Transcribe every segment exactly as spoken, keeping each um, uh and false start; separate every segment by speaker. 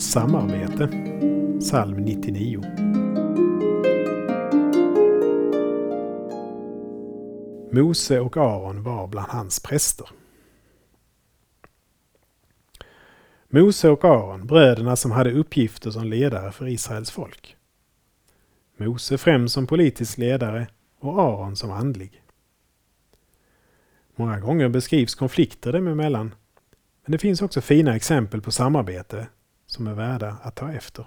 Speaker 1: Samarbete, psalm nittionio. Mose och Aron var bland hans präster. Mose och Aron, bröderna som hade uppgifter som ledare för Israels folk. Mose främst som politisk ledare och Aron som andlig. Många gånger beskrivs konflikter dem emellan, men det finns också fina exempel på samarbete som är värda att ta efter.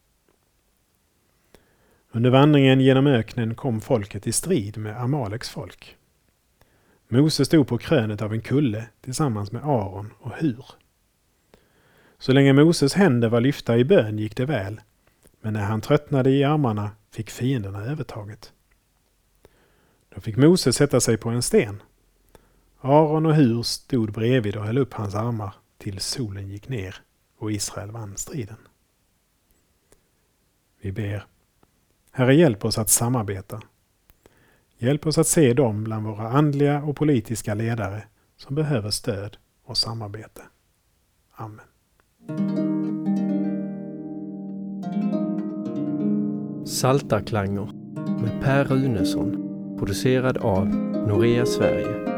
Speaker 1: Under vandringen genom öknen kom folket i strid med Amaleks folk. Mose stod på krönet av en kulle tillsammans med Aron och Hur. Så länge Moses händer var lyfta i bön gick det väl, men när han tröttnade i armarna fick fienderna övertaget. Då fick Moses sätta sig på en sten. Aron och Hur stod bredvid och höll upp hans armar till solen gick ner och Israel vann striden. Vi ber: Herre, hjälp oss att samarbeta. Hjälp oss att se dem bland våra andliga och politiska ledare som behöver stöd och samarbete. Amen.
Speaker 2: Saltarklanger med Per Runesson, producerad av Norea Sverige.